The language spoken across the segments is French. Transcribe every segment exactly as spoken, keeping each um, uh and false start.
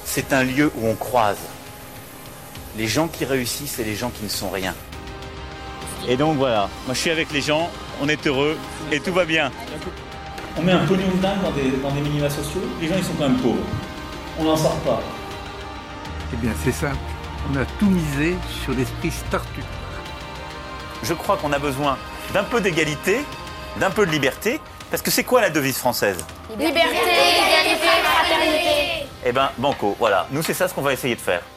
c'est un lieu où on croise les gens qui réussissent et les gens qui ne sont rien. Et donc voilà, moi je suis avec les gens, on est heureux et tout va bien. On met un pognon de dingue dans des, dans des minima sociaux, les gens ils sont quand même pauvres. On n'en sort pas. Eh bien c'est simple, on a tout misé sur l'esprit start-up. Je crois qu'on a besoin d'un peu d'égalité, d'un peu de liberté, parce que c'est quoi la devise française ? Liberté, égalité, fraternité. Eh ben, banco, voilà. Nous, c'est ça ce qu'on va essayer de faire.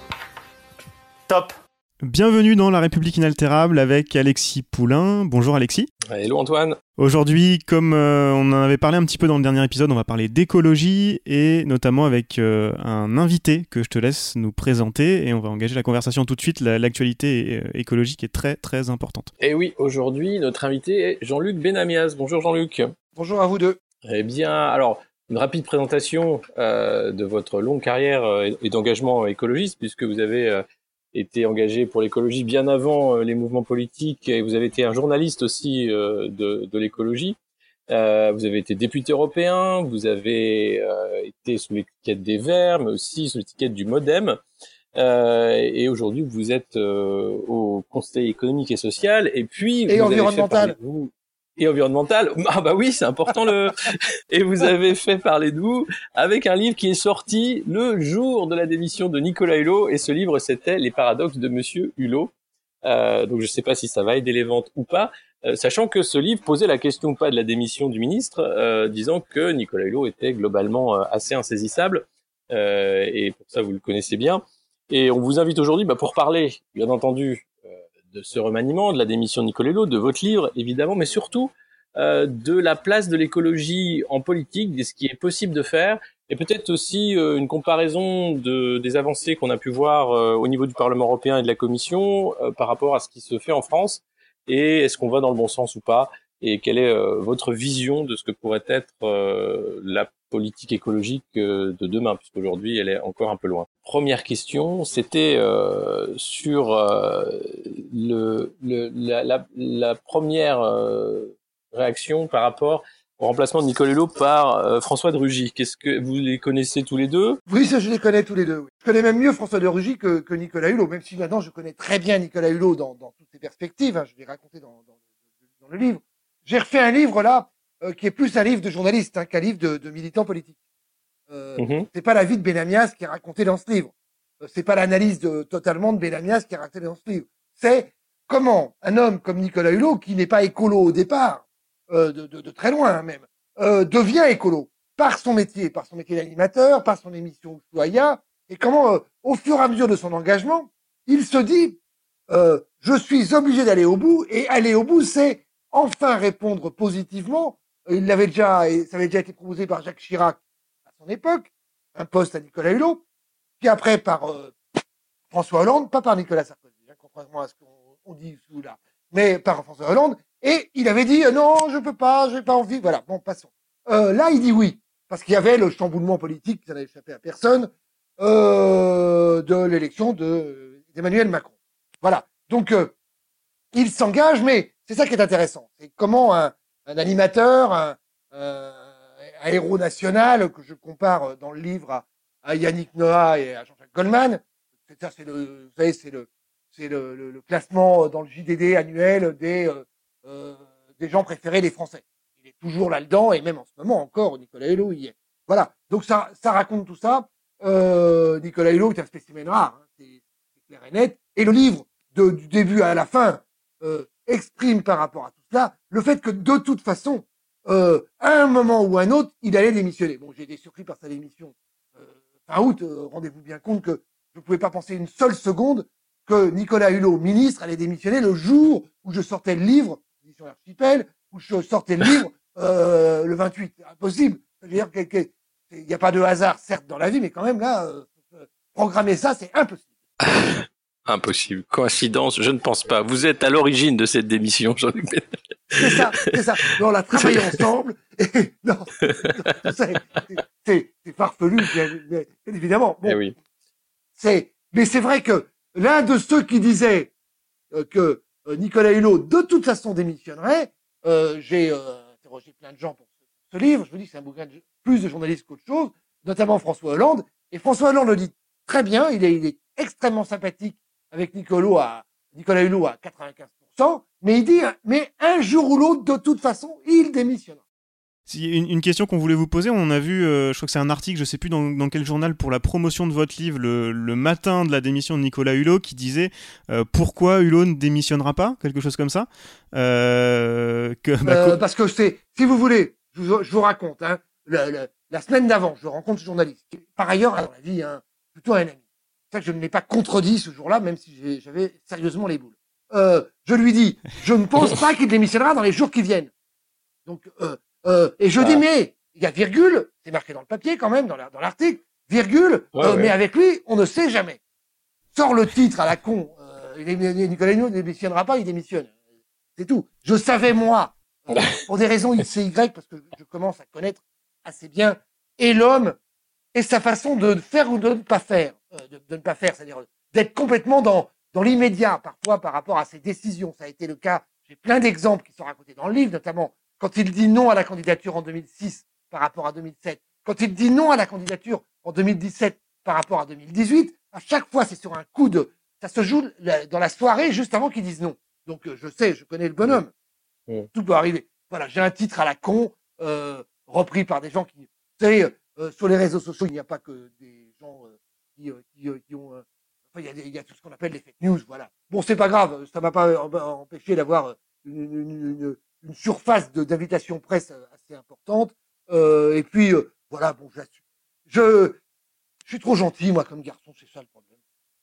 Top. Bienvenue dans La République inaltérable avec Alexis Poulain. Bonjour Alexis. Hello Antoine. Aujourd'hui, comme euh, on en avait parlé un petit peu dans le dernier épisode, on va parler d'écologie et notamment avec euh, un invité que je te laisse nous présenter et on va engager la conversation tout de suite. La, l'actualité euh, écologique est très très importante. Et oui, aujourd'hui, notre invité est Jean-Luc Benamias. Bonjour Jean-Luc. Bonjour à vous deux. Eh bien, alors, une rapide présentation euh, de votre longue carrière euh, et d'engagement écologiste, puisque vous avez euh, été engagé pour l'écologie bien avant euh, les mouvements politiques et vous avez été un journaliste aussi euh, de, de l'écologie. Euh, vous avez été député européen, vous avez euh, été sous l'étiquette des Verts, mais aussi sous l'étiquette du MoDem. Euh, et aujourd'hui, vous êtes euh, au Conseil économique et social, et puis et vous environnemental. Avez fait parler de vous. Et environnemental. Ah bah oui, c'est important le. Et vous avez fait parler de vous avec un livre qui est sorti le jour de la démission de Nicolas Hulot, et ce livre c'était Les paradoxes de Monsieur Hulot. Euh, donc je sais pas si ça va aider les ventes ou pas, euh, sachant que ce livre posait la question ou pas de la démission du ministre, euh, disant que Nicolas Hulot était globalement euh, assez insaisissable, euh, et pour ça vous le connaissez bien. Et on vous invite aujourd'hui bah, pour parler, bien entendu, euh, de ce remaniement, de la démission de Nicolas Hulot, de votre livre évidemment, mais surtout euh, de la place de l'écologie en politique, de ce qui est possible de faire, et peut-être aussi euh, une comparaison de, des avancées qu'on a pu voir euh, au niveau du Parlement européen et de la Commission euh, par rapport à ce qui se fait en France, et est-ce qu'on va dans le bon sens ou pas, et quelle est euh, votre vision de ce que pourrait être euh, la politique écologique euh, de demain, puisqu'aujourd'hui elle est encore un peu loin. Première question, c'était euh, sur euh, le, le, la, la, la première euh, réaction par rapport au remplacement de Nicolas Hulot par euh, François de Rugy. Qu'est-ce que vous les connaissez tous les deux ? Oui, ça je les connais tous les deux. Oui. Je connais même mieux François de Rugy que, que Nicolas Hulot, même si maintenant je connais très bien Nicolas Hulot dans, dans toutes ses perspectives. Hein, je l'ai raconté dans, dans, dans le livre. J'ai refait un livre là euh, qui est plus un livre de journaliste hein, qu'un livre de, de militant politique. Euh, mm-hmm. C'est pas la vie de Benamias qui est racontée dans ce livre. Euh, c'est pas l'analyse de, totalement de Benamias qui est racontée dans ce livre. C'est comment un homme comme Nicolas Hulot, qui n'est pas écolo au départ, euh, de, de, de très loin hein, même, euh, devient écolo par son métier, par son métier d'animateur, par son émission Ushuaïa, et comment, euh, au fur et à mesure de son engagement, il se dit euh, je suis obligé d'aller au bout, et aller au bout, c'est enfin répondre positivement. Il l'avait déjà, et ça avait déjà été proposé par Jacques Chirac à son époque, un poste à Nicolas Hulot, puis après par euh, François Hollande, pas par Nicolas Sarkozy, hein, contrairement à ce qu'on on dit sous là, mais par François Hollande, et il avait dit euh, non, je peux pas, j'ai pas envie, voilà, bon, passons. Euh, là, il dit oui, parce qu'il y avait le chamboulement politique, ça n'avait échappé à personne, euh, de l'élection de, d'Emmanuel Macron. Voilà, donc euh, il s'engage, mais c'est ça qui est intéressant. C'est comment un, un animateur, un, un, un héros national, que je compare dans le livre à, à Yannick Noah et à Jean-Jacques Goldman. C'est ça, c'est le, vous savez, c'est le, c'est le, le, le classement dans le J D D annuel des, euh, euh, des gens préférés des Français. Il est toujours là-dedans, et même en ce moment encore, Nicolas Hulot y est. Voilà. Donc ça, ça raconte tout ça. Euh, Nicolas Hulot est un spécimen rare, hein, c'est, c'est clair et net. Et le livre, de, du début à la fin, euh, exprime par rapport à tout cela le fait que de toute façon, euh, à un moment ou à un autre, il allait démissionner. Bon, j'ai été surpris par sa démission euh, fin août. Euh, rendez-vous bien compte que je ne pouvais pas penser une seule seconde que Nicolas Hulot, ministre, allait démissionner le jour où je sortais le livre, édition Archipel, où je sortais le livre euh, le vingt-huit. Impossible. Je veux dire qu'il n'y a pas de hasard, certes, dans la vie, mais quand même là, euh, programmer ça, c'est impossible. Impossible. Coïncidence, je ne pense pas. Vous êtes à l'origine de cette démission, Jean-Luc Benamias. C'est ça, c'est ça. Non, on a travaillé ensemble. Et non, non c'est, c'est, c'est farfelu, bien, bien évidemment. Bon, eh oui. C'est, mais c'est vrai que l'un de ceux qui disait euh, que euh, Nicolas Hulot de toute façon démissionnerait, euh, j'ai euh, interrogé plein de gens pour ce, ce livre. Je vous dis que c'est un bouquin de, plus de journalistes qu'autre chose, notamment François Hollande. Et François Hollande le dit très bien, il est, il est extrêmement sympathique avec Nicolas à, Nicolas Hulot à quatre-vingt-quinze pour cent, mais il dit, mais un jour ou l'autre, de toute façon, il démissionnera. Une, une question qu'on voulait vous poser, on a vu, euh, je crois que c'est un article, je sais plus dans, dans quel journal, pour la promotion de votre livre, le, le matin de la démission de Nicolas Hulot, qui disait euh, pourquoi Hulot ne démissionnera pas, quelque chose comme ça. Euh, que, bah, euh, co- parce que c'est, si vous voulez, je vous, je vous raconte, hein, le, le, la semaine d'avant, je rencontre ce journaliste, qui, par ailleurs, dans la vie, hein, plutôt un ami. C'est ça que je ne l'ai pas contredit ce jour-là, même si j'ai, j'avais sérieusement les boules. Euh, je lui dis, je ne pense pas qu'il démissionnera dans les jours qui viennent. Donc, euh, euh, et je Ah. dis, mais il y a virgule, c'est marqué dans le papier quand même, dans, la, dans l'article, virgule, Ouais, euh, ouais. mais avec lui, on ne sait jamais. Sort le titre à la con, euh, il est- Nicolas Hulot ne démissionnera pas, il démissionne. C'est tout. Je savais, moi, euh, pour des raisons X et Y, parce que je commence à connaître assez bien, et l'homme, et sa façon de faire ou de ne pas faire, euh, de, de ne pas faire, c'est-à-dire d'être complètement dans, dans l'immédiat, parfois par rapport à ses décisions. Ça a été le cas, j'ai plein d'exemples qui sont racontés dans le livre, notamment quand il dit non à la candidature en deux mille six par rapport à deux mille sept, quand il dit non à la candidature en deux mille dix-sept par rapport à deux mille dix-huit, à chaque fois c'est sur un coup de, ça se joue la- dans la soirée juste avant qu'ils disent non. Donc euh, je sais, je connais le bonhomme. Mm. Tout peut arriver. Voilà, j'ai un titre à la con, euh, repris par des gens qui, vous savez, euh, sur les réseaux sociaux, il n'y a pas que des gens euh, qui, euh, qui, euh, qui ont, euh, enfin, il y a, des- il y a tout ce qu'on appelle les fake news, voilà. Bon, c'est pas grave, ça m'a pas euh, empêché d'avoir euh, une, une, une, une surface de, d'invitation presse euh, assez importante. Euh, et puis, euh, voilà, bon, j'assume. Je, je suis trop gentil, moi, comme garçon, c'est ça le problème.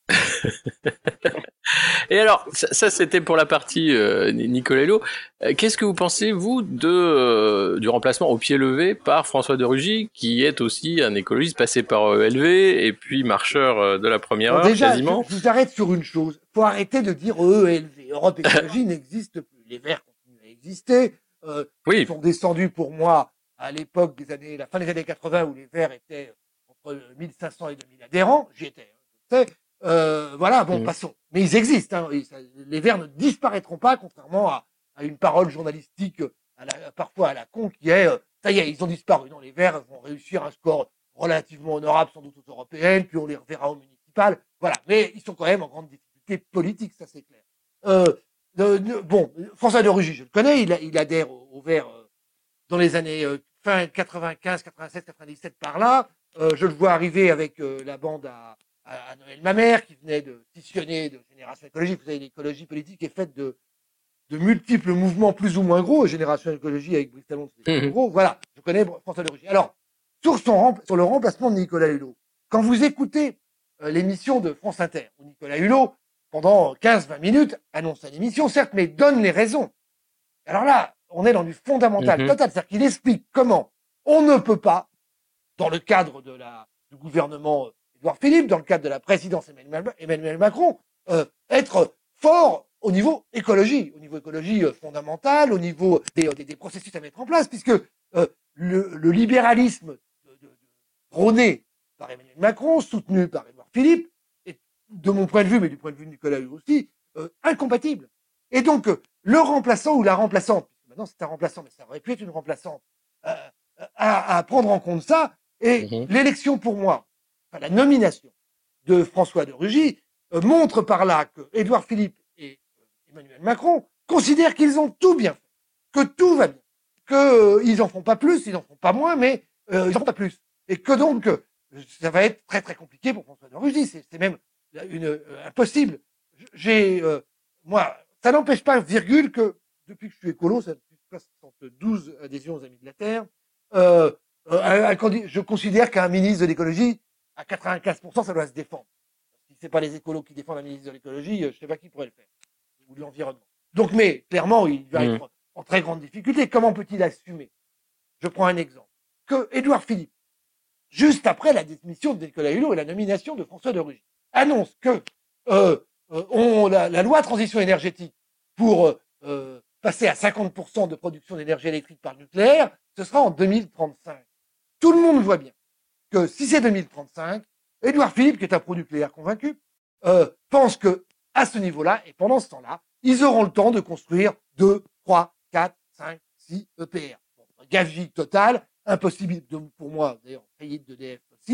Et alors, ça, ça, c'était pour la partie euh, Nicolas Hulot. Euh, Qu'est-ce que vous pensez, vous, de euh, du remplacement au pied levé par François de Rugy, qui est aussi un écologiste passé par E L V et puis marcheur euh, de la première Alors heure, déjà, quasiment. je, je vous arrête sur une chose. Faut arrêter de dire E L V. Europe Écologie n'existe plus. Les Verts continuent à exister. Euh, Oui. Ils sont descendus pour moi à l'époque des années, la fin des années quatre-vingts où les Verts étaient entre mille cinq cents et deux mille adhérents. J'y étais, hein, je sais. Euh, voilà, bon, Mhm. passons. Mais ils existent. Hein. Ils- ça- les Verts ne disparaîtront pas, contrairement à, à une parole journalistique à la, parfois à la con qui est, euh, ça y est, ils ont disparu. Non, les Verts vont réussir un score relativement honorable, sans doute aux européennes, puis on les reverra aux municipales. Voilà, mais ils sont quand même en grande difficulté politique, ça c'est clair. Euh, de- de- bon, François de Rugy, je le connais, il, a- il adhère au, au Vert euh, dans les années euh, fin quatre-vingt-quinze, quatre-vingt-seize, quatre-vingt-dix-sept par là. Euh, je le vois arriver avec euh, la bande à, à, à Noël Mamère, qui venait de scissionner de Génération Écologique. Vous savez, l'écologie politique est faite de, de multiples mouvements plus ou moins gros. Génération Écologie avec Brice Talon, c'est Mhm. plus gros. Voilà, je connais François de Rugy. Alors, sur, son, rem- sur le remplacement de Nicolas Hulot, quand vous écoutez euh, l'émission de France Inter, où Nicolas Hulot, pendant quinze vingt minutes, annonce une émission, certes, mais donne les raisons. Alors là, on est dans du fondamental Mhm. total, c'est-à-dire qu'il explique comment on ne peut pas, dans le cadre de la, du gouvernement euh, Édouard Philippe, dans le cadre de la présidence Emmanuel, Emmanuel Macron, euh, être fort au niveau écologie, au niveau écologie euh, fondamentale, au niveau des, des, des processus à mettre en place, puisque euh, le, le libéralisme de, de, de, prôné par Emmanuel Macron, soutenu par Édouard Philippe, est, de mon point de vue, mais du point de vue de Nicolas Hulot aussi, euh, incompatible. Et donc, euh, le remplaçant ou la remplaçante, maintenant c'est un remplaçant, mais ça aurait pu être une remplaçante, euh, à, à prendre en compte ça, et Mhm. l'élection pour moi, enfin, la nomination de François de Rugy, euh, montre par là que Édouard Philippe et euh, Emmanuel Macron considèrent qu'ils ont tout bien fait, que tout va bien, qu'ils en font pas plus, ils en font pas moins, mais euh, ils en font pas plus. Et que donc, euh, ça va être très très compliqué pour François de Rugy, c'est c'est même une, euh, impossible. J'ai, euh, moi, ça n'empêche pas, virgule, que depuis que je suis écolo, ça depuis soixante-douze adhésions aux Amis de la Terre, euh, euh, un- un candi- je considère qu'un ministre de l'écologie, à quatre-vingt-quinze pour cent, ça doit se défendre. Si c'est pas les écolos qui défendent un ministre de l'écologie, euh, je sais pas qui pourrait le faire. Ou de l'environnement. Donc, mais, clairement, il va Mhm. être en très grande difficulté. Comment peut-il assumer? Je prends un exemple. Que Édouard Philippe, juste après la démission de Nicolas Hulot et la nomination de François de Rugy, annonce que euh, euh, on, la, la loi transition énergétique pour euh, euh, passer à cinquante pour cent de production d'énergie électrique par nucléaire, ce sera en deux mille trente-cinq. Tout le monde voit bien que si c'est deux mille trente-cinq, Édouard Philippe, qui est un pro-nucléaire convaincu, euh, pense que à ce niveau-là, et pendant ce temps-là, ils auront le temps de construire deux, trois, quatre, cinq, six E P R. Bon, gabegie totale, impossible de, pour moi, d'ailleurs, faillite d'E D F possible,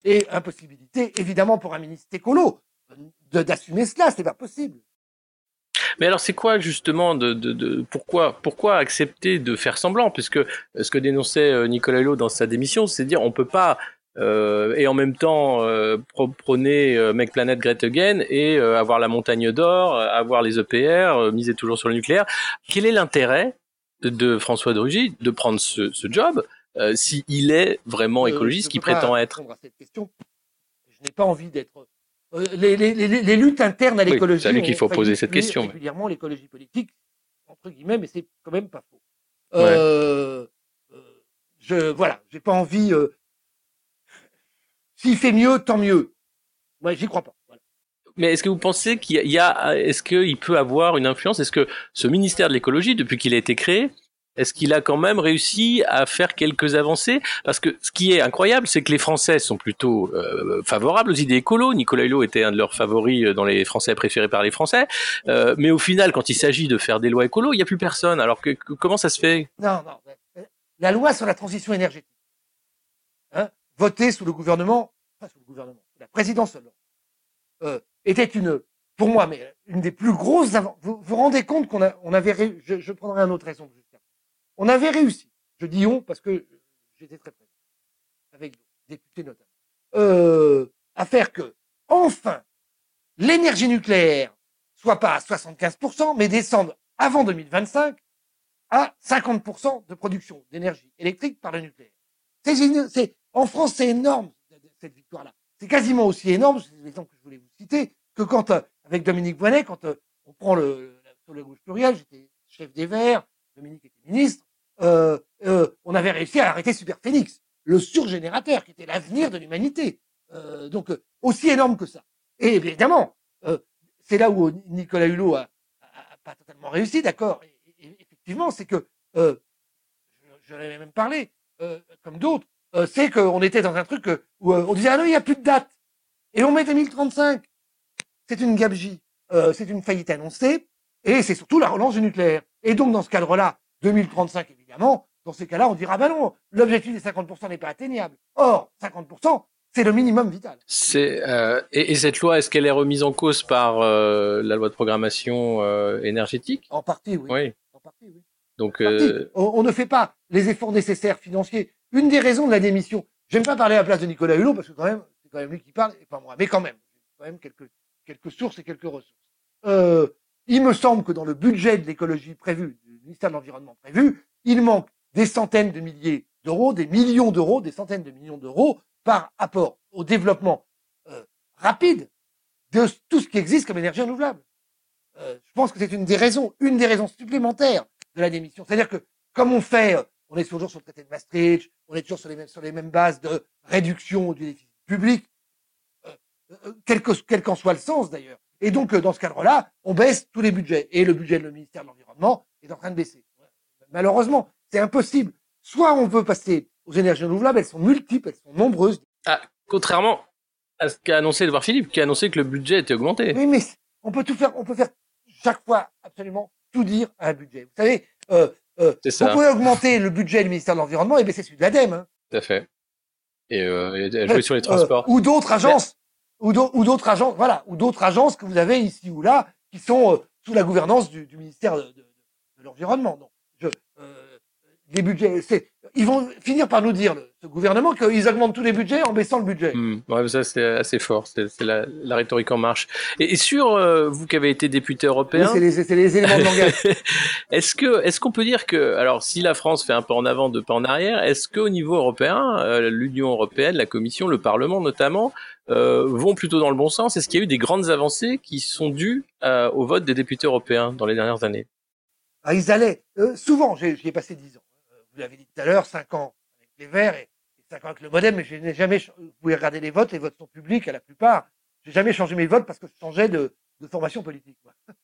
Et impossibilité, évidemment, pour un ministre écolo, de, d'assumer cela, c'est pas possible. Mais alors, c'est quoi justement de, de, de pourquoi pourquoi accepter de faire semblant, puisque ce que dénonçait Nicolas Hulot dans sa démission, c'est de dire on peut pas euh, et en même temps euh, prôner euh, Make Planet Great Again et euh, avoir la montagne d'or, avoir les E P R, euh, miser toujours sur le nucléaire. Quel est l'intérêt de, de François de Rugy de prendre ce, ce job euh, si il est vraiment écologiste, euh, qui prétend être? À cette question. Je n'ai pas envie d'être. Euh, les, les, les, les luttes internes à l'écologie. Oui, c'est à lui qu'il faut poser cette question. Régulièrement mais... l'écologie politique, entre guillemets, mais c'est quand même pas faux. Euh, ouais. euh, je voilà, j'ai pas envie. Euh... S'il fait mieux, tant mieux. Moi, j'y crois pas. Voilà. Mais est-ce que vous pensez qu'il y a, est-ce qu'il peut avoir une influence? Est-ce que ce ministère de l'écologie, depuis qu'il a été créé, est-ce qu'il a quand même réussi à faire quelques avancées? Parce que ce qui est incroyable, c'est que les Français sont plutôt euh, favorables aux idées écolo. Nicolas Hulot était un de leurs favoris dans les Français, préférés par les Français. Euh, mais au final, quand il s'agit de faire des lois écolo, il n'y a plus personne. Alors que, que comment ça se fait? Non, non. La loi sur la transition énergétique, hein, votée sous le gouvernement, pas sous le gouvernement, la présidence Hollande, euh, était une, pour moi, mais une des plus grosses avancées. Vous vous rendez compte qu'on a, on avait, ré... je, je prendrai un autre exemple. On avait réussi, je dis on parce que j'étais très présent, avec des députés notamment, euh, à faire que, enfin, l'énergie nucléaire soit pas à soixante-quinze pour cent, mais descende avant deux mille vingt-cinq à cinquante pour cent de production d'énergie électrique par le nucléaire. C'est, c'est, en France, c'est énorme, cette victoire-là. C'est quasiment aussi énorme, c'est l'exemple que je voulais vous citer, que quand, euh, avec Dominique Voynet, quand euh, on prend le, sur le gauche pluriel, j'étais chef des Verts, Dominique était ministre, euh, euh, on avait réussi à arrêter Superphénix, le surgénérateur qui était l'avenir de l'humanité. Euh, donc, euh, aussi énorme que ça. Et évidemment, euh, c'est là où Nicolas Hulot a, a, a pas totalement réussi, d'accord. Et, et, effectivement, c'est que, euh, je, je l'avais même parlé, euh, comme d'autres, euh, c'est qu'on était dans un truc où euh, on disait, ah non, il n'y a plus de date. Et on met deux mille trente-cinq. C'est une gabegie, euh, c'est une faillite annoncée, et c'est surtout la relance du nucléaire. Et donc, dans ce cadre-là, deux mille trente-cinq, évidemment, dans ces cas-là, on dira, bah non, l'objectif des cinquante pour cent n'est pas atteignable. Or, cinquante pour cent, c'est le minimum vital. C'est, euh, et, et cette loi, est-ce qu'elle est remise en cause par euh, la loi de programmation euh, énergétique? En partie, oui. Oui. En partie, oui. Donc, en partie. Euh... On, on ne fait pas les efforts nécessaires financiers. Une des raisons de la démission, j'aime pas parler à la place de Nicolas Hulot, parce que quand même, c'est quand même lui qui parle, et pas moi, mais quand même, quand même quelques, quelques sources et quelques ressources. Euh, il me semble que dans le budget de l'écologie prévu, du ministère de l'Environnement prévu, il manque des centaines de milliers d'euros, des millions d'euros, des centaines de millions d'euros par apport au développement euh, rapide de tout ce qui existe comme énergie renouvelable. Euh, je pense que c'est une des raisons, une des raisons supplémentaires de la démission. C'est-à-dire que, comme on fait, on est toujours sur le traité de Maastricht, on est toujours sur les mêmes, sur les mêmes bases de réduction du déficit public, euh, euh, quel que, quel qu'en soit le sens d'ailleurs. Et donc, euh, dans ce cadre-là, on baisse tous les budgets. Et le budget du ministère de l'Environnement est en train de baisser. Malheureusement, c'est impossible. Soit on veut passer aux énergies renouvelables, elles sont multiples, elles sont nombreuses. Ah, contrairement à ce qu'a annoncé Édouard Philippe, qui a annoncé que le budget était augmenté. Oui, mais on peut tout faire, on peut faire chaque fois absolument tout dire à un budget. Vous savez, euh, euh, vous pouvez augmenter le budget du ministère de l'Environnement et baisser celui de l'ADEME. Hein. Tout à fait. Et, euh, et jouer euh, sur les transports. Euh, ou d'autres agences, mais... ou, ou d'autres agences, voilà, ou d'autres agences que vous avez ici ou là, qui sont euh, sous la gouvernance du, du ministère de, de, de l'Environnement. Donc, je, euh, les budgets, c'est, ils vont finir par nous dire, le, ce gouvernement, qu'ils augmentent tous les budgets en baissant le budget. Mmh, ouais, ça c'est assez fort, c'est, c'est la, la rhétorique en marche. Et, et sur euh, vous qui avez été député européen, oui, c'est, les, c'est les éléments de langage. est-ce que, est-ce qu'on peut dire que, alors si la France fait un pas en avant, deux pas en arrière, est-ce qu'au niveau européen, euh, l'Union européenne, la Commission, le Parlement notamment, euh, vont plutôt dans le bon sens? Est-ce qu'il y a eu des grandes avancées qui sont dues euh, au vote des députés européens dans les dernières années? Ah, ils allaient euh, souvent. J'ai, j'y ai passé dix ans. Vous l'avez dit tout à l'heure, cinq ans avec les Verts et cinq ans avec le Modem, mais je n'ai jamais. Vous pouvez regarder les votes, les votes sont publics à la plupart. J'ai jamais changé mes votes parce que je changeais de, de formation politique,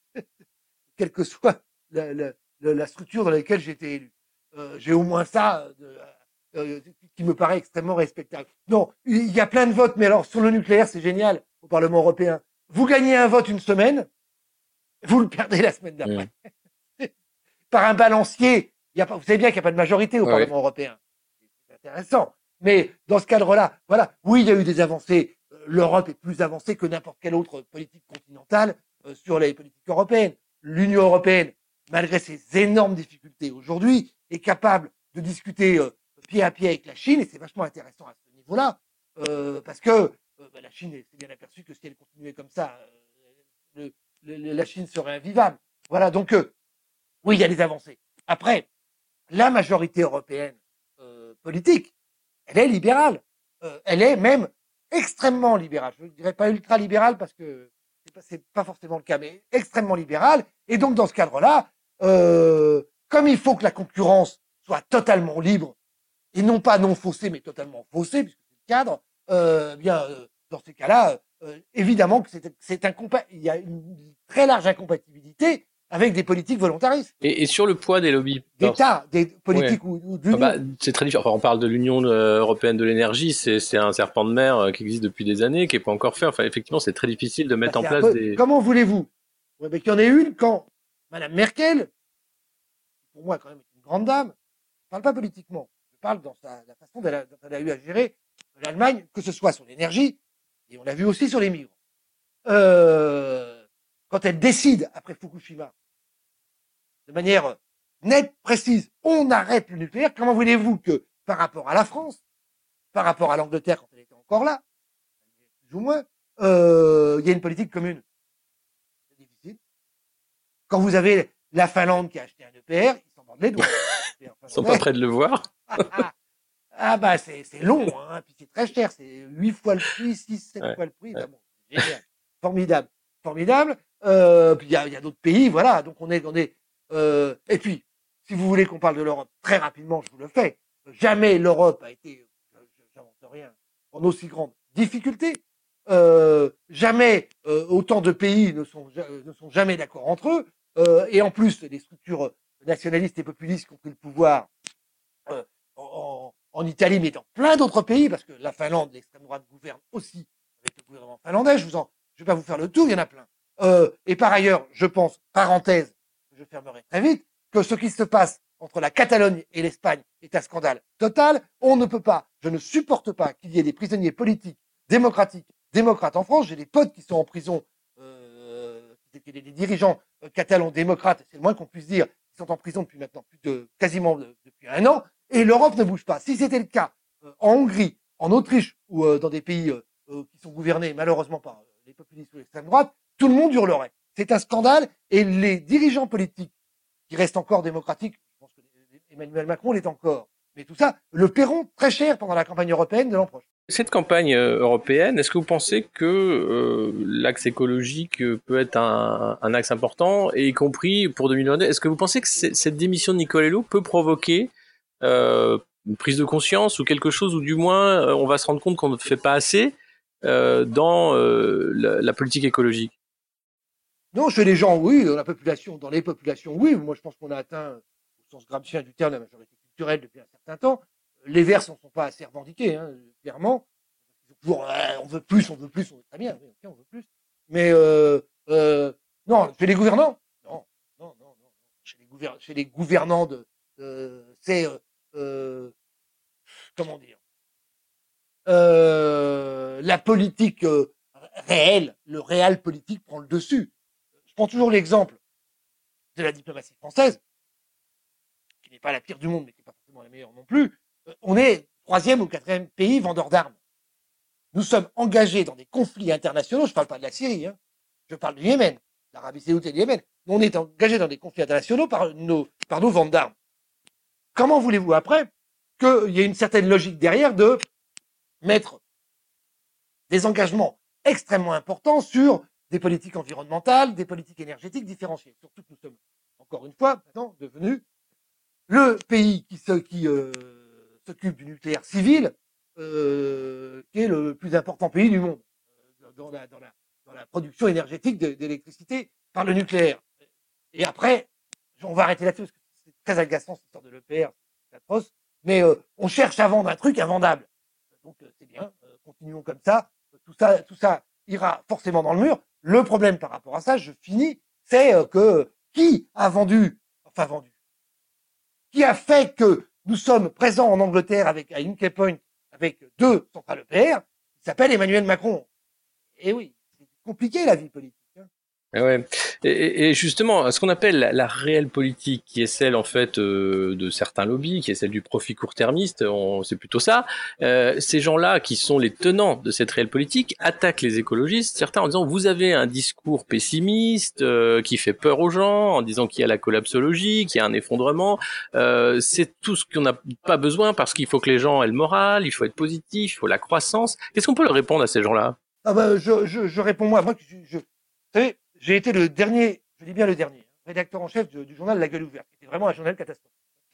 quelle que soit la, la, la structure dans laquelle j'ai été élu. Euh, j'ai au moins ça de, euh, qui me paraît extrêmement respectable. Non, il y a plein de votes, mais alors sur le nucléaire, c'est génial au Parlement européen. Vous gagnez un vote une semaine, vous le perdez la semaine d'après. Mmh. Par un balancier, il y a pas, vous savez bien qu'il n'y a pas de majorité au ouais. Parlement européen. C'est intéressant. Mais dans ce cadre-là, voilà, oui, il y a eu des avancées. Euh, L'Europe est plus avancée que n'importe quelle autre politique continentale euh, sur les politiques européennes. L'Union européenne, malgré ses énormes difficultés aujourd'hui, est capable de discuter euh, pied à pied avec la Chine, et c'est vachement intéressant à ce niveau-là, euh, parce que euh, bah, la Chine s'est bien aperçue que si elle continuait comme ça, euh, le, le, la Chine serait invivable. Voilà, donc euh, oui, il y a des avancées. Après, la majorité européenne euh, politique, elle est libérale. Euh, elle est même extrêmement libérale. Je ne dirais pas ultra-libérale parce que c'est pas, c'est pas forcément le cas, mais extrêmement libérale. Et donc, dans ce cadre-là, euh, comme il faut que la concurrence soit totalement libre, et non pas non faussée, mais totalement faussée, puisque c'est le cadre, euh, bien, euh, dans ces cas-là, euh, évidemment que c'est, c'est incompa- il y a une très large incompatibilité avec des politiques volontaristes. Et, et sur le poids des lobbies d'État, des politiques ouais. ou, ou de l'Union. Ah bah, c'est très différent. Enfin, on parle de l'Union européenne de l'énergie, c'est, c'est un serpent de mer qui existe depuis des années, qui n'est pas encore fait. Enfin, effectivement, c'est très difficile de mettre bah, en place peu... des... Comment voulez-vous ouais, mais qu'il y en ait une quand Madame Merkel, pour moi quand même une grande dame, je ne parle pas politiquement, je parle dans sa, la façon dont elle, a, dont elle a eu à gérer l'Allemagne, que ce soit sur l'énergie, et on l'a vu aussi sur les migrants. Euh, quand elle décide, après Fukushima, de manière nette, précise, on arrête le nucléaire, comment voulez-vous que, par rapport à la France, par rapport à l'Angleterre quand elle était encore là, plus ou moins, euh, il y a une politique commune. C'est difficile. Quand vous avez la Finlande qui a acheté un E P R, ils s'en mordent les doigts. Ils sont pas prêts de le voir. Ah, ah, ah bah c'est, c'est long, hein, puis c'est très cher, c'est huit fois le prix, six, sept ouais, fois le prix. Ouais. Bah bon, génial. Formidable, formidable. Euh, puis il y a, y a d'autres pays, voilà. Donc on est, on est. Euh, et puis, si vous voulez qu'on parle de l'Europe très rapidement, je vous le fais. Jamais l'Europe a été, j'invente rien, en aussi grande difficulté. Euh, jamais euh, autant de pays ne sont, ne sont jamais d'accord entre eux. Euh, et en plus, les structures nationalistes et populistes qui ont pris le pouvoir euh, en, en Italie, mais dans plein d'autres pays, parce que la Finlande, l'extrême droite gouverne aussi avec le gouvernement finlandais. Je vous en, je vais pas vous faire le tour, il y en a plein. Euh, et par ailleurs, je pense, parenthèse, je fermerai très vite, que ce qui se passe entre la Catalogne et l'Espagne est un scandale total. On ne peut pas, je ne supporte pas qu'il y ait des prisonniers politiques, démocratiques, démocrates en France. J'ai des potes qui sont en prison, euh, des dirigeants catalans démocrates, c'est le moins qu'on puisse dire, qui sont en prison depuis maintenant plus de, quasiment de, depuis un an, et l'Europe ne bouge pas. Si c'était le cas euh, en Hongrie, en Autriche ou euh, dans des pays euh, euh, qui sont gouvernés malheureusement par euh, les populistes ou l'extrême droite, tout le monde hurlerait. C'est un scandale, et les dirigeants politiques qui restent encore démocratiques, je pense que Emmanuel Macron l'est encore, mais tout ça, le paieront très cher pendant la campagne européenne de l'an prochain. Cette campagne européenne, est-ce que vous pensez que euh, l'axe écologique peut être un, un axe important, et y compris pour deux mille vingt-deux, est-ce que vous pensez que cette démission de Nicolas Hulot peut provoquer euh, une prise de conscience ou quelque chose, ou du moins euh, on va se rendre compte qu'on ne fait pas assez euh, dans euh, la, la politique écologique? Non, chez les gens, oui. Dans la population, dans les populations, oui. Moi, je pense qu'on a atteint, au sens gramscien du terme, la majorité culturelle depuis un certain temps. Les Verts ne sont pas assez revendiqués, hein, clairement. Toujours, euh, on veut plus, on veut plus, on veut très bien, oui, okay, on veut plus. Mais euh, euh, non, chez les gouvernants, non, non, non, non. Chez les, gouver- chez les gouvernants de, euh, c'est euh, euh, comment dire, euh, la politique euh, réelle, le réel politique prend le dessus. Je prends toujours l'exemple de la diplomatie française, qui n'est pas la pire du monde, mais qui n'est pas forcément la meilleure non plus. On est troisième ou quatrième pays vendeur d'armes. Nous sommes engagés dans des conflits internationaux. Je ne parle pas de la Syrie, hein. Je parle du Yémen, l'Arabie Saoudite et du Yémen. On est engagés dans des conflits internationaux par nos, par nos ventes d'armes. Comment voulez-vous après qu'il y ait une certaine logique derrière de mettre des engagements extrêmement importants sur des politiques environnementales, des politiques énergétiques différenciées. Surtout que nous sommes, encore une fois, maintenant devenus le pays qui, se, qui euh, s'occupe du nucléaire civil, euh, qui est le plus important pays du monde euh, dans, la, dans, la, dans la production énergétique de, d'électricité par le nucléaire. Et après, on va arrêter là-dessus parce que c'est très agaçant cette histoire de l'E P R, c'est atroce. Mais euh, on cherche à vendre un truc invendable. Donc euh, c'est bien, euh, continuons comme ça. Tout ça, tout ça ira forcément dans le mur. Le problème par rapport à ça, je finis, c'est euh, que qui a vendu, enfin vendu, qui a fait que nous sommes présents en Angleterre avec à Hinkley Point avec deux centrales E P R, qui s'appelle Emmanuel Macron. Et oui, c'est compliqué la vie politique. Ah ouais. Et, et justement, ce qu'on appelle la, la réelle politique, qui est celle en fait euh, de certains lobbies, qui est celle du profit court-termiste, on, c'est plutôt ça. Euh, ces gens-là, qui sont les tenants de cette réelle politique, attaquent les écologistes, certains en disant vous avez un discours pessimiste euh, qui fait peur aux gens, en disant qu'il y a la collapsologie, qu'il y a un effondrement. Euh, c'est tout ce qu'on n'a pas besoin parce qu'il faut que les gens aient le moral, il faut être positif, il faut la croissance. Qu'est-ce qu'on peut leur répondre à ces gens-là? Ah bah, je, je, je réponds moi. Moi, je, je, vous savez, j'ai été le dernier, je dis bien le dernier, rédacteur en chef du, du journal La Gueule Ouverte, qui était vraiment un journal catastrophe.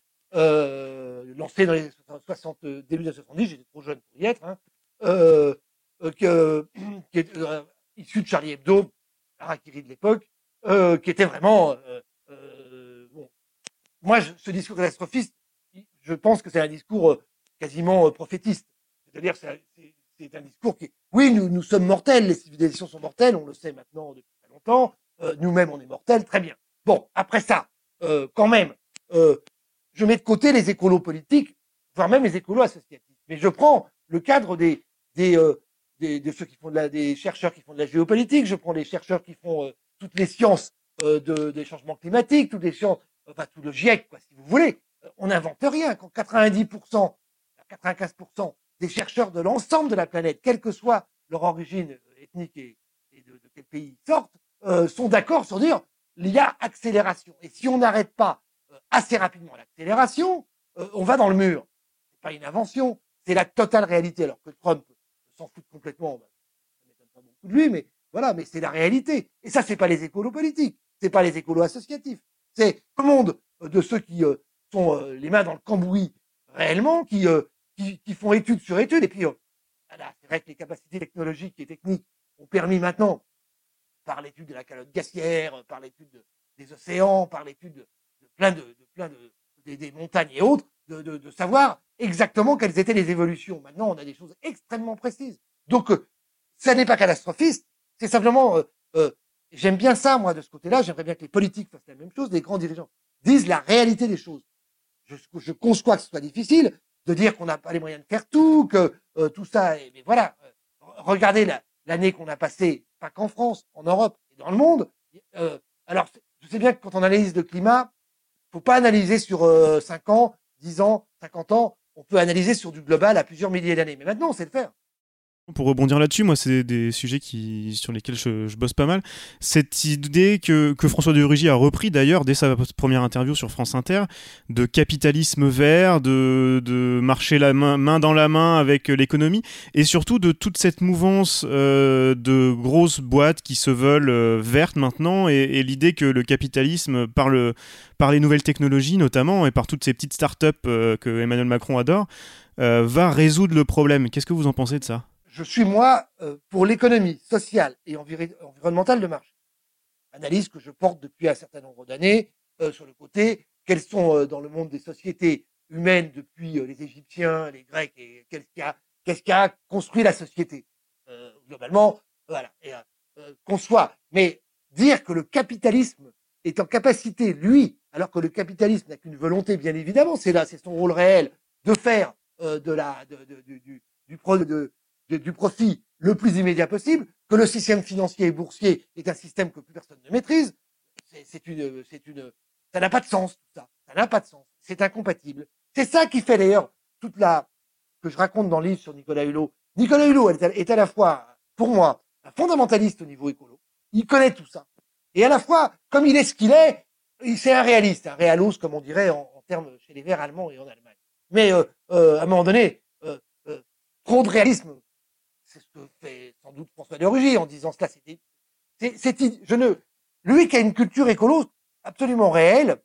Euh, lancé dans les soixante, début des années soixante-dix, j'étais trop jeune pour y être, hein, euh, que, qui est euh, issu de Charlie Hebdo, Harakiri de l'époque, euh, qui était vraiment, euh, euh, bon. Moi, je, ce discours catastrophiste, je pense que c'est un discours euh, quasiment euh, prophétiste. C'est-à-dire, c'est, c'est, c'est un discours qui, oui, nous, nous sommes mortels, les civilisations sont mortelles, on le sait maintenant depuis longtemps, euh, nous-mêmes on est mortels, très bien. Bon, après ça, euh, quand même, euh, je mets de côté les écolos politiques, voire même les écolos associatifs. Mais je prends le cadre des, des, euh, des de ceux qui font de la, des chercheurs qui font de la géopolitique, je prends les chercheurs qui font euh, toutes les sciences euh, de, des changements climatiques, toutes les sciences, enfin tout le GIEC, quoi, si vous voulez. On n'invente rien. Quand quatre-vingt-dix pour cent, quatre-vingt-quinze pour cent des chercheurs de l'ensemble de la planète, quelle que soit leur origine ethnique et, et de, de quel pays ils sortent, euh, sont d'accord sur dire il y a accélération. Et si on n'arrête pas euh, assez rapidement l'accélération, euh, on va dans le mur. C'est pas une invention, c'est la totale réalité. Alors que Trump s'en fout complètement, bah, ça m'étonne pas beaucoup de lui, mais voilà, mais c'est la réalité. Et ça, c'est pas les écolos politiques, c'est pas les écolos associatifs, c'est tout le monde de ceux qui euh, sont euh, les mains dans le cambouis réellement, qui, euh, qui, qui font étude sur étude. Et puis, euh, voilà, c'est vrai que les capacités technologiques et techniques ont permis maintenant, par l'étude de la calotte gazière, par l'étude de, des océans, par l'étude de, de plein de, de plein de des, des montagnes et autres, de, de, de savoir exactement quelles étaient les évolutions. Maintenant, on a des choses extrêmement précises. Donc, euh, ça n'est pas catastrophiste. C'est simplement, euh, euh, j'aime bien ça, moi, de ce côté-là. J'aimerais bien que les politiques fassent la même chose, les grands dirigeants disent la réalité des choses. Je, je conçois que ce soit difficile de dire qu'on n'a pas les moyens de faire tout, que euh, tout ça. Mais voilà, euh, regardez la, l'année qu'on a passée, pas qu'en France, en Europe et dans le monde. Euh, alors, je sais bien que quand on analyse le climat, faut pas analyser sur euh, cinq ans, dix ans, cinquante ans. On peut analyser sur du global à plusieurs milliers d'années. Mais maintenant, on sait le faire. Pour rebondir là-dessus, moi, c'est des sujets qui, sur lesquels je, je bosse pas mal. Cette idée que, que François de Rugy a repris d'ailleurs dès sa première interview sur France Inter, de capitalisme vert, de, de marcher la main, main dans la main avec l'économie, et surtout de toute cette mouvance euh, de grosses boîtes qui se veulent euh, vertes maintenant, et, et l'idée que le capitalisme, par, le, par les nouvelles technologies notamment, et par toutes ces petites startups euh, que Emmanuel Macron adore, euh, va résoudre le problème. Qu'est-ce que vous en pensez de ça ? Je suis, moi, euh, pour l'économie sociale et envir- environnementale de marché. Analyse que je porte depuis un certain nombre d'années euh, sur le côté, quelles sont euh, dans le monde des sociétés humaines depuis euh, les Égyptiens, les Grecs, et qu'est-ce qui a, qu'est-ce qui a construit la société. Euh, globalement, voilà, et, euh, qu'on soit. Mais dire que le capitalisme est en capacité, lui, alors que le capitalisme n'a qu'une volonté, bien évidemment, c'est là, c'est son rôle réel, de faire euh, de la, de, de, de, du, du pro, de, du profit le plus immédiat possible, que le système financier et boursier est un système que plus personne ne maîtrise, c'est, c'est une, c'est une, ça n'a pas de sens, tout ça. Ça n'a pas de sens. C'est incompatible. C'est ça qui fait d'ailleurs toute la, que je raconte dans le livre sur Nicolas Hulot. Nicolas Hulot est à la fois, pour moi, un fondamentaliste au niveau écolo. Il connaît tout ça. Et à la fois, comme il est ce qu'il est, c'est un réaliste, un réalos, comme on dirait en, en termes chez les Verts allemands et en Allemagne. Mais, euh, euh, à un moment donné, euh, euh, trop de réalisme, c'est ce que fait sans doute François de Rugy en disant cela. C'est, c'est, c'est, je ne, lui qui a une culture écolo absolument réelle,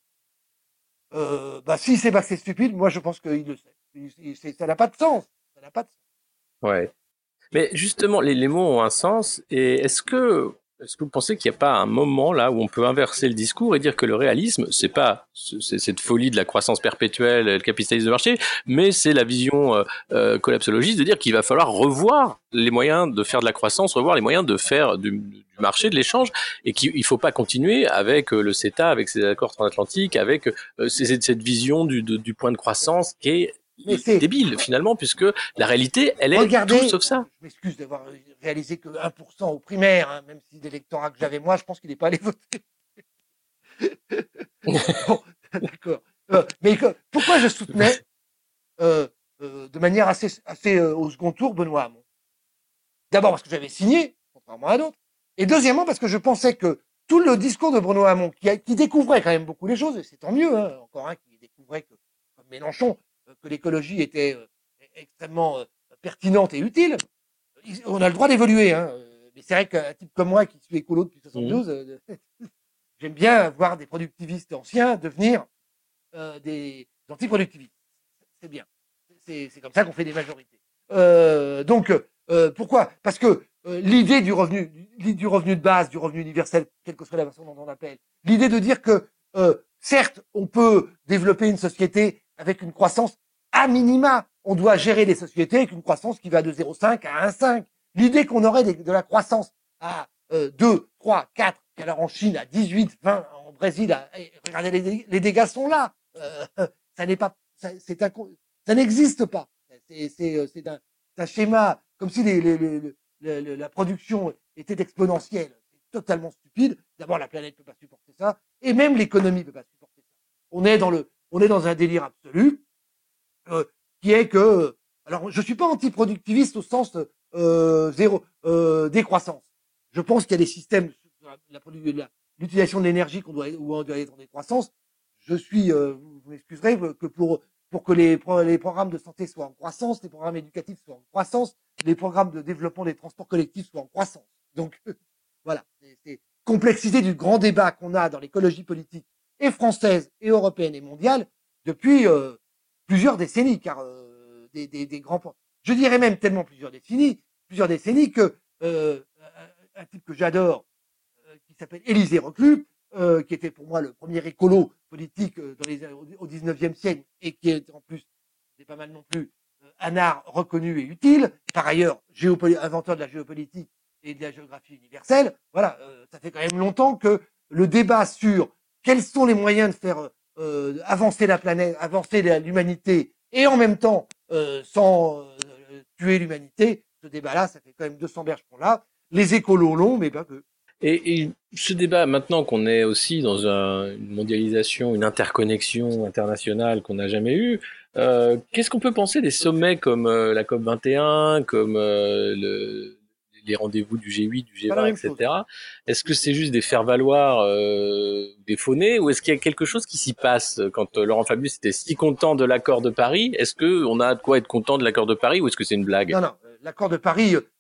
euh, bah si c'est pas que c'est stupide, moi je pense qu'il le sait. Il, il, c'est, ça n'a pas de sens. Ça n'a pas de sens. Ouais. Mais justement, les, les mots ont un sens. Et est-ce que Est-ce que vous pensez qu'il n'y a pas un moment là où on peut inverser le discours et dire que le réalisme, c'est pas c'est cette folie de la croissance perpétuelle, le capitalisme de marché, mais c'est la vision euh, euh, collapsologiste de dire qu'il va falloir revoir les moyens de faire de la croissance, revoir les moyens de faire du, du marché, de l'échange, et qu'il ne faut pas continuer avec euh, le CETA, avec ces accords transatlantiques, avec euh, cette, cette vision du, de, du point de croissance qui est Mais c'est débile finalement, puisque la réalité, elle est Regardez, tout sauf ça. Je m'excuse d'avoir réalisé que un pour cent au primaire, hein, même si l'électorat que j'avais moi, je pense qu'il n'est pas allé voter. Bon, d'accord. Euh, mais que, pourquoi je soutenais euh, euh, de manière assez, assez euh, au second tour Benoît Hamon? D'abord parce que j'avais signé, contrairement à d'autres, et deuxièmement parce que je pensais que tout le discours de Benoît Hamon, qui, a, qui découvrait quand même beaucoup les choses, et c'est tant mieux, hein, encore un qui découvrait que, comme Mélenchon, euh, que l'écologie était euh, extrêmement euh, pertinente et utile. On a le droit d'évoluer, hein, euh, mais c'est vrai qu'un type comme moi qui suis écolo depuis soixante-douze, euh, j'aime bien voir des productivistes anciens devenir euh, des antiproductivistes. C'est bien. C'est, c'est comme ça qu'on fait des majorités. Euh, donc, euh, pourquoi? Parce que euh, l'idée du revenu, du revenu de base, du revenu universel, quelle que soit la façon dont on l'appelle, l'idée de dire que, euh, certes, on peut développer une société avec une croissance à minima. On doit gérer les sociétés avec une croissance qui va de zéro virgule cinq à un virgule cinq. L'idée qu'on aurait de, de la croissance à euh, deux, trois, quatre, alors en Chine à dix-huit, vingt, en Brésil, à, et, regardez, les, les dégâts sont là. Euh, ça n'est pas, ça, c'est un, ça n'existe pas. C'est, c'est, c'est un, c'est un schéma comme si les, les, les, les, les, la production était exponentielle. C'est totalement stupide. D'abord, la planète peut pas supporter ça, et même l'économie peut pas supporter ça. On est dans le, on est dans un délire absolu. Euh, qui est que, alors je suis pas antiproductiviste au sens euh, zéro euh, décroissance. Je pense qu'il y a des systèmes, la, la, l'utilisation de l'énergie qu'on doit où on doit être en décroissance. Je suis, euh, vous m'excuserez, que pour pour que les les programmes de santé soient en croissance, les programmes éducatifs soient en croissance, les programmes de développement des transports collectifs soient en croissance. Donc voilà, c'est, c'est complexité du grand débat qu'on a dans l'écologie politique et française et européenne et mondiale depuis euh, plusieurs décennies, car euh, des, des, des grands, je dirais même tellement plusieurs décennies, plusieurs décennies que euh, un, un type que j'adore, euh, qui s'appelle Élisée Reclus, euh, qui était pour moi le premier écolo politique euh, dans les, au dix-neuvième siècle et qui est en plus, c'est pas mal non plus, euh, un art reconnu et utile, par ailleurs géopoli- inventeur de la géopolitique et de la géographie universelle. Voilà, euh, ça fait quand même longtemps que le débat sur quels sont les moyens de faire Euh, avancer la planète, avancer la, l'humanité, et en même temps euh, sans euh, tuer l'humanité, ce débat-là, ça fait quand même deux cents berges qu'on l'a. Les écolos l'ont, mais pas que. Et, et ce débat, maintenant qu'on est aussi dans un, une mondialisation, une interconnexion internationale qu'on n'a jamais eue, euh, qu'est-ce qu'on peut penser des sommets comme euh, la COP vingt et un, comme euh, le les rendez-vous du G huit, du G vingt, et cetera. Est-ce que c'est juste des faire-valoir, euh, des faux-nez, ou est-ce qu'il y a quelque chose qui s'y passe? Quand euh, Laurent Fabius était si content de l'accord de Paris, est-ce que on a de quoi être content de l'accord de Paris, ou est-ce que c'est une blague? Non, non, l'accord de Paris, euh,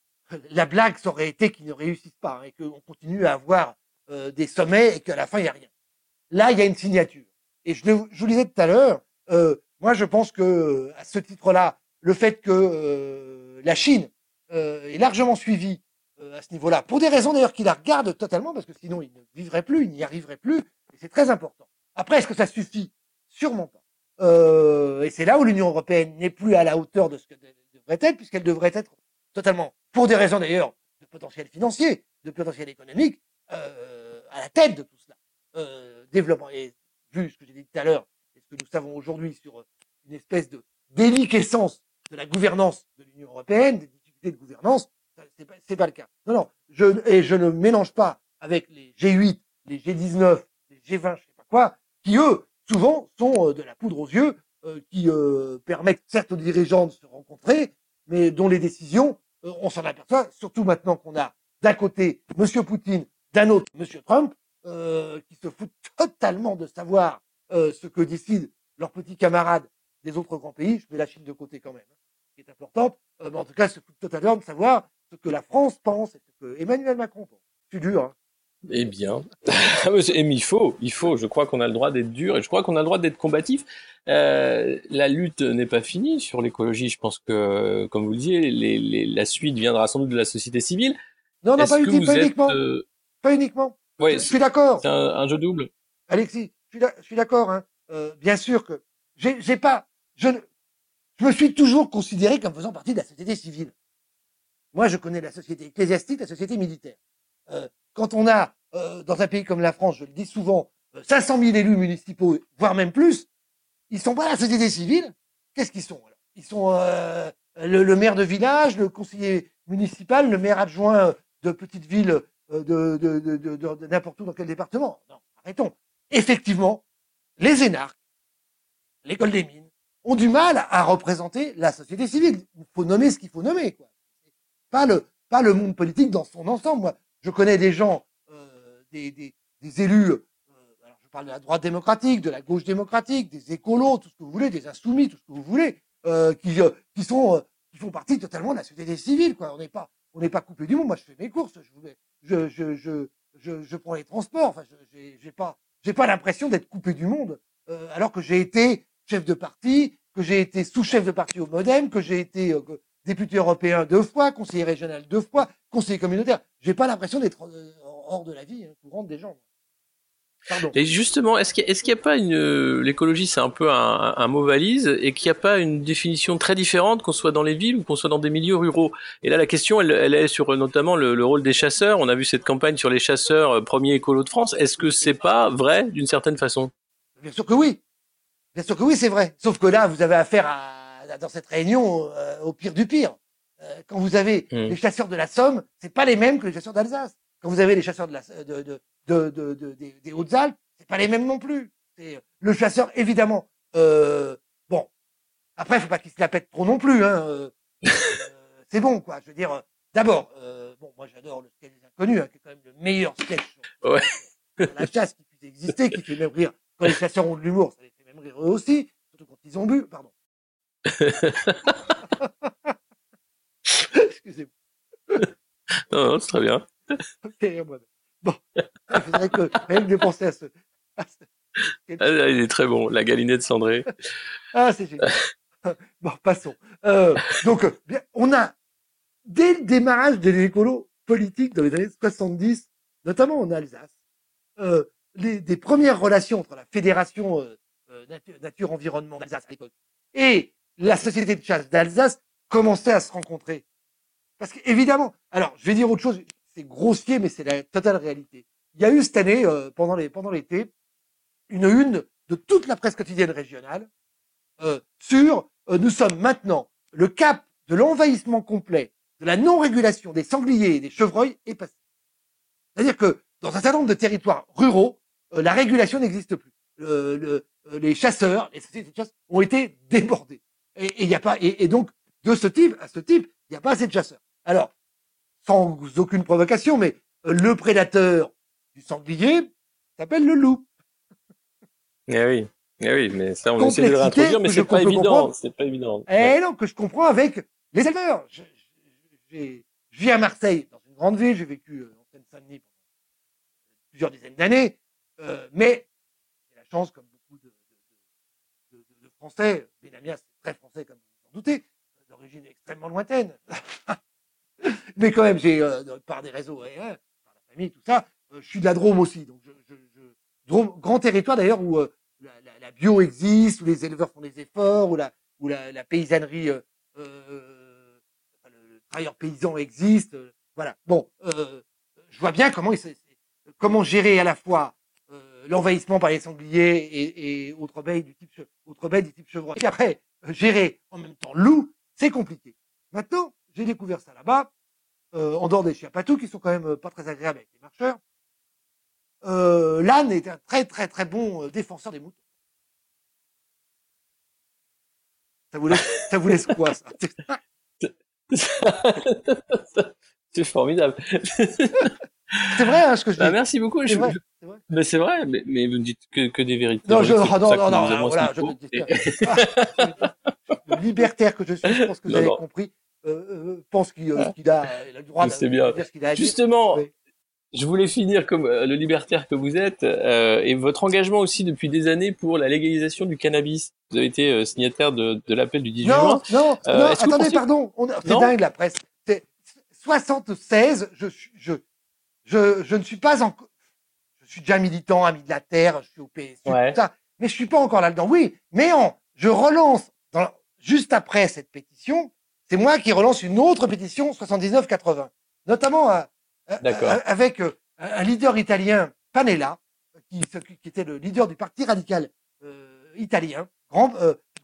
la blague, ça aurait été qu'il ne réussisse pas, hein, et qu'on continue à avoir euh, des sommets et qu'à la fin, il n'y a rien. Là, il y a une signature. Et je, le, je vous le disais tout à l'heure, euh, moi, je pense que, à ce titre-là, le fait que euh, la Chine Euh, est largement suivi euh, à ce niveau-là, pour des raisons d'ailleurs qui la regardent totalement, parce que sinon il ne vivrait plus, il n'y arriverait plus, et c'est très important. Après, est-ce que ça suffit? Sûrement pas. Euh, et c'est là où l'Union européenne n'est plus à la hauteur de ce que devrait être, puisqu'elle devrait être totalement, pour des raisons d'ailleurs de potentiel financier, de potentiel économique, euh, à la tête de tout cela. Euh, développement, et vu ce que j'ai dit tout à l'heure, et ce que nous savons aujourd'hui sur une espèce de déliquescence de la gouvernance de l'Union européenne, de gouvernance, c'est pas, c'est pas le cas. Non, non, je, et je ne mélange pas avec les G huit, les G dix-neuf, les G vingt, je sais pas quoi, qui eux, souvent, sont de la poudre aux yeux, euh, qui euh, permettent certes aux dirigeants de se rencontrer, mais dont les décisions, euh, on s'en aperçoit, surtout maintenant qu'on a d'un côté Monsieur Poutine, d'un autre Monsieur Trump, euh, qui se foutent totalement de savoir euh, ce que décident leurs petits camarades des autres grands pays. Je mets la Chine de côté quand même, hein, qui est importante. Euh, mais en tout cas, se foutent totalement de savoir ce que la France pense et ce que Emmanuel Macron pense. C'est dur, hein. Eh bien, mais il faut, il faut. Je crois qu'on a le droit d'être dur et je crois qu'on a le droit d'être combatif. Euh, la lutte n'est pas finie sur l'écologie. Je pense que, comme vous le disiez, les, les, la suite viendra sans doute de la société civile. Non, non, Est-ce pas, que utile, vous pas êtes, uniquement. euh... Pas uniquement. Ouais, je, je suis d'accord. C'est un, un jeu double. Alexis, je suis, je suis d'accord. Hein. Euh, bien sûr que j'ai, j'ai pas. Je, je me suis toujours considéré comme faisant partie de la société civile. Moi, je connais la société ecclésiastique, la société militaire. Euh, quand on a, euh, dans un pays comme la France, je le dis souvent, euh, cinq cent mille élus municipaux, voire même plus, ils sont pas à la société civile, qu'est-ce qu'ils sont alors? Ils sont euh, le, le maire de village, le conseiller municipal, le maire adjoint de petite ville de, de, de, de, de, de n'importe où dans quel département. Non, arrêtons. Effectivement, les énarques, l'école des mines, ont du mal à représenter la société civile. Il faut nommer ce qu'il faut nommer, quoi. Pas le, pas le monde politique dans son ensemble. Moi, je connais des gens, euh, des, des, des élus, euh, alors je parle de la droite démocratique, de la gauche démocratique, des écolos, tout ce que vous voulez, des insoumis, tout ce que vous voulez, euh, qui, euh, qui sont, euh, qui font partie totalement de la société civile, quoi. On n'est pas, on n'est pas coupé du monde. Moi, je fais mes courses, je, je, je, je, je, je prends les transports. Enfin, j'ai, j'ai pas, j'ai pas l'impression d'être coupé du monde, euh, alors que j'ai été chef de parti, que j'ai été sous-chef de parti au MoDem, que j'ai été euh, député européen deux fois, conseiller régional deux fois, conseiller communautaire. J'ai pas l'impression d'être euh, hors de la vie hein, courante des gens. Pardon. Et justement, est-ce qu'il n'y a, a pas une... L'écologie, c'est un peu un, un mot valise, et qu'il n'y a pas une définition très différente, qu'on soit dans les villes ou qu'on soit dans des milieux ruraux. Et là, la question, elle, elle est sur notamment le, le rôle des chasseurs. On a vu cette campagne sur les chasseurs, euh, premiers écolos de France. Est-ce que c'est pas vrai, d'une certaine façon? Bien sûr que oui. Bien sûr que oui, c'est vrai. Sauf que là, vous avez affaire à, dans cette réunion euh, au pire du pire. Euh, quand vous avez mmh. les chasseurs de la Somme, c'est pas les mêmes que les chasseurs d'Alsace. Quand vous avez les chasseurs de la, de, de, de, de, de des, des Hautes-Alpes, c'est pas les mêmes non plus. C'est le chasseur, évidemment. Euh, bon, après, faut pas qu'il se la pète trop non plus. Hein. Euh, euh, c'est bon, quoi. Je veux dire, euh, d'abord, euh, bon, moi, j'adore le sketch des Inconnus, hein, qui est quand même le meilleur sketch sur, ouais. sur la chasse qui puisse exister, qui fait même rire. Quand les chasseurs ont de l'humour, ça les fait même rire eux aussi, surtout quand ils ont bu. Pardon. Excusez-moi. Non, non, c'est très bien. Ok, bon. Bon, c'est vrai que même de penser à ce. À ce... Ah, là, il est très bon, la galinette cendrée. Ah, c'est génial. Bon, passons. Euh, donc, bien, on a, dès le démarrage de l'écolo politique dans les années soixante-dix, notamment en Alsace, euh, les, des premières relations entre la fédération euh, euh, nature, nature-environnement d'Alsace à l'époque et la société de chasse d'Alsace commençaient à se rencontrer. Parce qu'évidemment, alors, je vais dire autre chose, c'est grossier, mais c'est la totale réalité. Il y a eu cette année, euh, pendant les, pendant l'été, une une de toute la presse quotidienne régionale euh, sur euh, nous sommes maintenant le cap de l'envahissement complet, de la non-régulation des sangliers et des chevreuils est passé. C'est-à-dire que dans un certain nombre de territoires ruraux, euh, la régulation n'existe plus. Le, le, euh, les chasseurs, les sociétés de chasse ont été débordés. Et il y a pas, et, et donc de ce type à ce type, il n'y a pas assez de chasseurs. Alors, sans aucune provocation, mais euh, le prédateur du sanglier s'appelle le loup. Eh oui, eh oui, mais ça on essaie de le réintroduire, mais c'est pas évident, c'est pas évident. Eh ouais. non, que je comprends avec les éleveurs. Je, je, je, je vis à Marseille, dans une grande ville, j'ai vécu en Seine-Saint-Denis pendant plusieurs dizaines d'années, euh, mais j'ai la chance, comme beaucoup de, de, de, de, de Français, Benamia c'est très français comme vous en doutez, d'origine extrêmement lointaine. Mais quand même, j'ai euh, par des réseaux, hein, par la famille, tout ça, euh, je suis de la Drôme aussi, donc je, je, je Drôme, grand territoire d'ailleurs où euh, la, la, la bio existe, où les éleveurs font des efforts, où la, où la, la paysannerie, euh, euh, le travailleur paysan existe. Euh, voilà. Bon, euh, je vois bien comment il comment gérer à la fois euh, l'envahissement par les sangliers et, et autres bêtes du type autres bêtes du type chevreuil. Et après, euh, gérer en même temps loup, c'est compliqué. Maintenant, j'ai découvert ça là-bas, euh, en dehors des chiens patous qui sont quand même pas très agréables avec les marcheurs. Euh, l'âne est un très très très bon défenseur des moutons. Ça vous laisse, ça vous laisse quoi ça? C'est formidable. C'est vrai hein, ce que je dis. Ah, merci beaucoup. C'est je, vrai, je... c'est vrai. Mais c'est vrai, mais, mais vous ne dites que, que des vérités. Non, je, oh, non, non, non, non, voilà, je ne dis pas. Le libertaire que je suis, je pense que vous non, avez non. compris, euh, euh, pense qu'il, euh, qu'il a, il a le droit de, de dire ce qu'il a à dire. Justement. Oui. Je voulais finir comme euh, le libertaire que vous êtes euh, et votre engagement aussi depuis des années pour la légalisation du cannabis. Vous avez été euh, signataire de, de l'appel du dix-huit juin. Non, euh, non, attendez, pensez... pardon, on, c'est non dingue la presse. C'est soixante-seize, je, je, je, je ne suis pas encore, je suis déjà militant, ami de la terre, je suis au P S U, ouais. tout ça, mais je suis pas encore là-dedans. Oui, mais en, je relance dans, juste après cette pétition, c'est moi qui relance une autre pétition soixante-dix-neuf quatre-vingts, notamment à D'accord. avec un leader italien, Panella, qui, qui était le leader du parti radical euh, italien, grand, euh,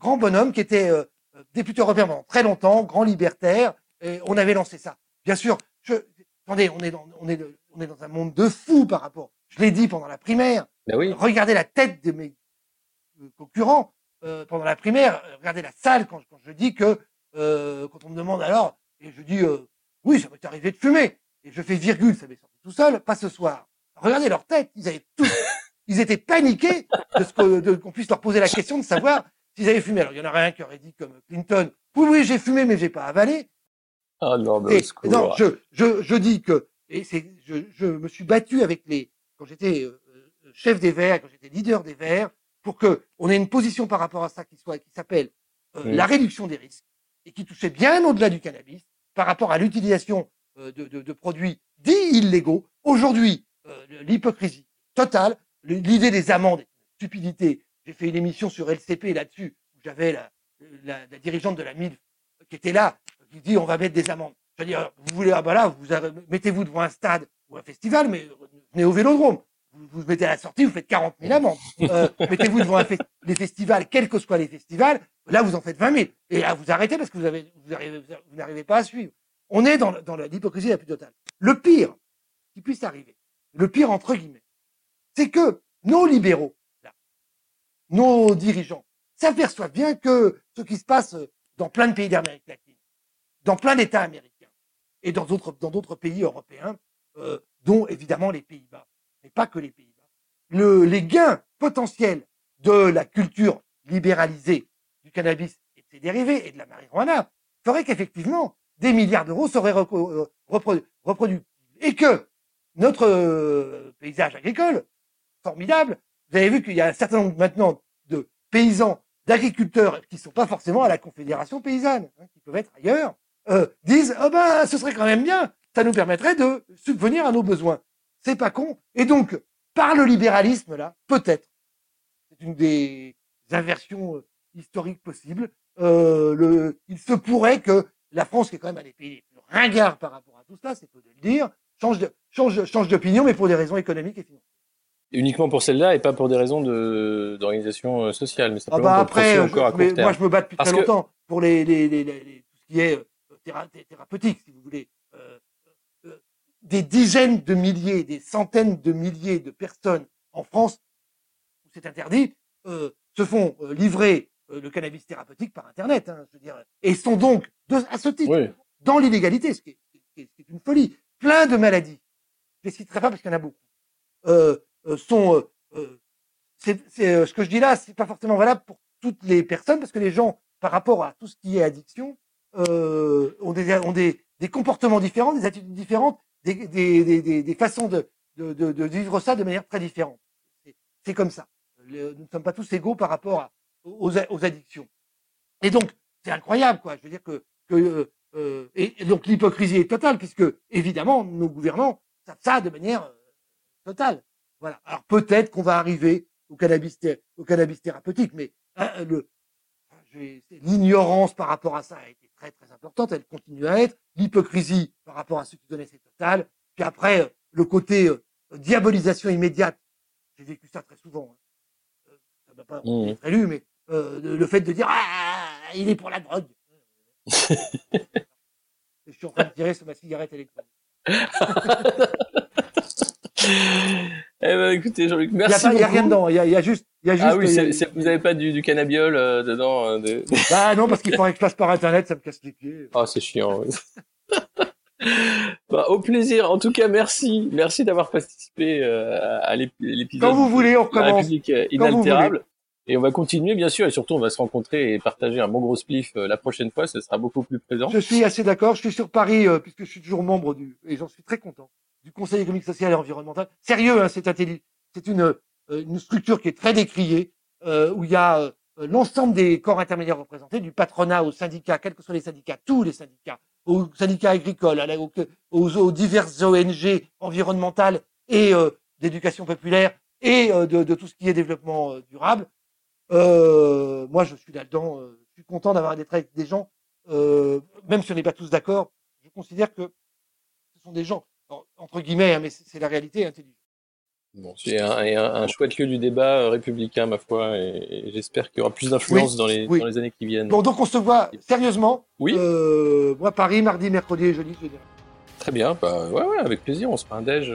grand bonhomme qui était euh, député européen pendant très longtemps, grand libertaire, et on avait lancé ça. Bien sûr, je, attendez, on est dans, on est, on est dans un monde de fous par rapport. Je l'ai dit pendant la primaire. Ben oui. Regardez la tête de mes concurrents euh, pendant la primaire. Regardez la salle quand, quand je dis que euh, quand on me demande alors, et je dis euh, oui, ça m'est arrivé de fumer, et je fais virgule, ça m'est sorti tout seul, pas ce soir. Regardez leur tête, ils avaient tous, ils étaient paniqués de ce que, de, qu'on puisse leur poser la question de savoir s'ils avaient fumé. Alors il y en aurait un qui aurait dit comme Clinton, oui oui j'ai fumé mais j'ai pas avalé. Ah non, mais et, non, je, je, je dis que et c'est, je, je me suis battu avec les quand j'étais euh, chef des Verts, quand j'étais leader des Verts, pour que on ait une position par rapport à ça qui soit qui s'appelle euh, mmh. la réduction des risques et qui touchait bien au-delà du cannabis par rapport à l'utilisation euh, de, de, de produits dits illégaux. Aujourd'hui, euh, l'hypocrisie totale, l'idée des amendes est une stupidité. J'ai fait une émission sur L C P là-dessus où j'avais la, la, la dirigeante de la M I L F qui était là, qui dit on va mettre des amendes. Je veux dire, vous voulez ah bah là, vous avez, mettez-vous devant un stade ou un festival, mais venez au Vélodrome. Vous vous mettez à la sortie, vous faites quarante mille amendes. Euh, mettez-vous devant un fe- les festivals, quels que soient les festivals, là vous en faites vingt mille. Et là vous arrêtez parce que vous avez, vous arrivez, vous n'arrivez pas à suivre. On est dans, dans l'hypocrisie la plus totale. Le pire qui puisse arriver, le pire entre guillemets, c'est que nos libéraux, là, nos dirigeants, s'aperçoivent bien que ce qui se passe dans plein de pays d'Amérique latine, dans plein d'États américains et dans d'autres dans d'autres pays européens, euh, dont évidemment les Pays-Bas, mais pas que les Pays-Bas, le, les gains potentiels de la culture libéralisée du cannabis et de ses dérivés et de la marijuana feraient qu'effectivement des milliards d'euros seraient reproduits, reproduits et que notre euh, paysage agricole formidable. Vous avez vu qu'il y a un certain nombre maintenant de paysans, d'agriculteurs qui ne sont pas forcément à la Confédération paysanne, hein, qui peuvent être ailleurs, euh, disent oh ben ce serait quand même bien, ça nous permettrait de subvenir à nos besoins. C'est pas con. Et donc par le libéralisme là, peut-être, c'est une des inversions euh, historiques possibles. Euh, le, il se pourrait que la France, qui est quand même un des pays les plus ringards par rapport à tout ça, c'est peu de le dire, change de, change, change d'opinion, mais pour des raisons économiques et financières. Uniquement pour celle-là et pas pour des raisons de d'organisation sociale, mais simplement ah bah pour après, encore à court terme. Moi, je me bats depuis Parce très que... longtemps pour les, les, les, les, les tout ce qui est euh, théra, thérapeutique, si vous voulez. Euh, euh, des dizaines de milliers, des centaines de milliers de personnes en France où c'est interdit euh, se font euh, livrer euh, le cannabis thérapeutique par Internet, hein, je veux dire, et sont donc de, à ce titre oui. dans l'illégalité, ce qui, est, ce qui est une folie. Plein de maladies, je les citerai pas parce qu'il y en a beaucoup. Euh, Euh, sont euh, euh, c'est, c'est euh, ce que je dis là, c'est pas forcément valable pour toutes les personnes parce que les gens, par rapport à tout ce qui est addiction, euh, ont des ont des, des comportements différents, des attitudes différentes, des des des, des façons de, de de de vivre ça de manière très différente. C'est, c'est comme ça. Le, nous ne sommes pas tous égaux par rapport à, aux aux addictions. Et donc c'est incroyable quoi. Je veux dire que que euh, euh, et, et donc l'hypocrisie est totale puisque évidemment nos gouvernants savent ça de manière euh, totale. Voilà. Alors peut-être qu'on va arriver au cannabis, thé- au cannabis thérapeutique, mais hein, le, l'ignorance par rapport à ça a été très très importante. Elle continue à être. L'hypocrisie par rapport à ceux qui connaissent est totale. Puis après, le côté euh, diabolisation immédiate. J'ai vécu ça très souvent. Hein. Ça m'a pas mmh. être élu, mais euh, le, le fait de dire ah il est pour la drogue. Je suis en train de tirer sur ma cigarette électronique. Eh ben, écoutez, Jean-Luc, merci. Il n'y a, a rien dedans. Il y a, y a juste, il y a juste. Ah oui, c'est, a, c'est, vous n'avez pas du, du cannabiol euh, dedans. Euh, de... Bah non, parce qu'il faudrait que je passe par Internet, ça me casse les pieds. Ah, oh, c'est chiant. Bah, au plaisir. En tout cas, merci, merci d'avoir participé euh, à l'épisode. Quand vous voulez, on recommence. La République inaltérable. Et on va continuer, bien sûr, et surtout, on va se rencontrer et partager un bon gros spliff euh, la prochaine fois. Ce sera beaucoup plus présent. Je suis assez d'accord. Je suis sur Paris, euh, puisque je suis toujours membre du, et j'en suis très content, du Conseil économique, social et environnemental. Sérieux, hein, c'est intelligent. C'est une, euh, une structure qui est très décriée, euh, où il y a euh, l'ensemble des corps intermédiaires représentés, du patronat aux syndicats, quels que soient les syndicats, tous les syndicats, aux syndicats agricoles, à la, aux, aux, aux diverses O N G environnementales et euh, d'éducation populaire et euh, de, de tout ce qui est développement euh, durable. Euh, moi, je suis là-dedans. Euh, je suis content d'avoir d'être avec des gens, euh, même si on n'est pas tous d'accord. Je considère que ce sont des gens, entre guillemets, hein, mais c'est, c'est la réalité, intelligente. Bon, c'est un, et un, un chouette lieu du débat euh, républicain, ma foi, et, et j'espère qu'il y aura plus d'influence Oui, dans, les, oui. dans les années qui viennent. Bon, donc on se voit sérieusement. Oui. Euh, moi, Paris, mardi, mercredi et jeudi, je dirais. Très bien, bah ouais, ouais, avec plaisir, on se fait un déj.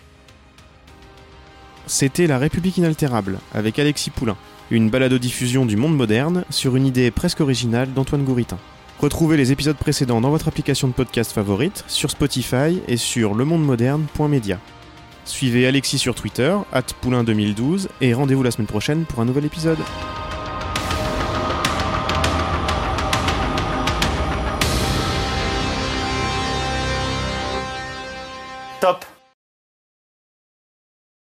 C'était La République inaltérable, avec Alexis Poulain, une balado-diffusion du monde moderne sur une idée presque originale d'Antoine Gouritin. Retrouvez les épisodes précédents dans votre application de podcast favorite, sur Spotify et sur lemondemoderne point media. Suivez Alexis sur Twitter, arobase poulain deux mille douze, et rendez-vous la semaine prochaine pour un nouvel épisode. Top.